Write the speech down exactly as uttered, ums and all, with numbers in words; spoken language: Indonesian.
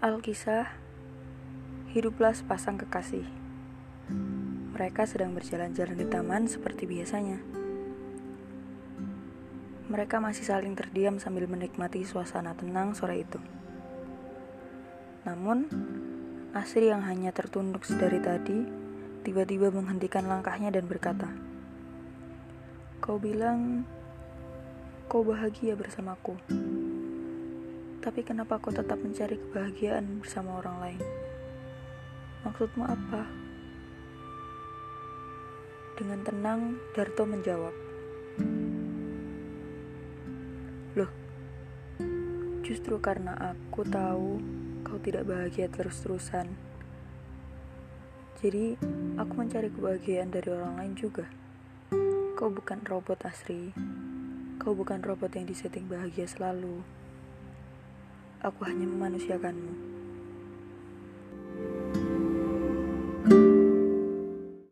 Alkisah, hiduplah sepasang kekasih. Mereka sedang berjalan-jalan di taman seperti biasanya. Mereka masih saling terdiam sambil menikmati suasana tenang sore itu. Namun, Asri yang hanya tertunduk sedari tadi, tiba-tiba menghentikan langkahnya dan berkata, "Kau bilang, kau bahagia bersamaku. Tapi kenapa kau tetap mencari kebahagiaan bersama orang lain? Maksudmu apa?" Dengan tenang, Darto menjawab, "Loh, justru karena aku tahu kau tidak bahagia terus-terusan. Jadi, aku mencari kebahagiaan dari orang lain juga. Kau bukan robot, Asri. Kau bukan robot yang disetting bahagia selalu. Aku hanya memanusiakanmu."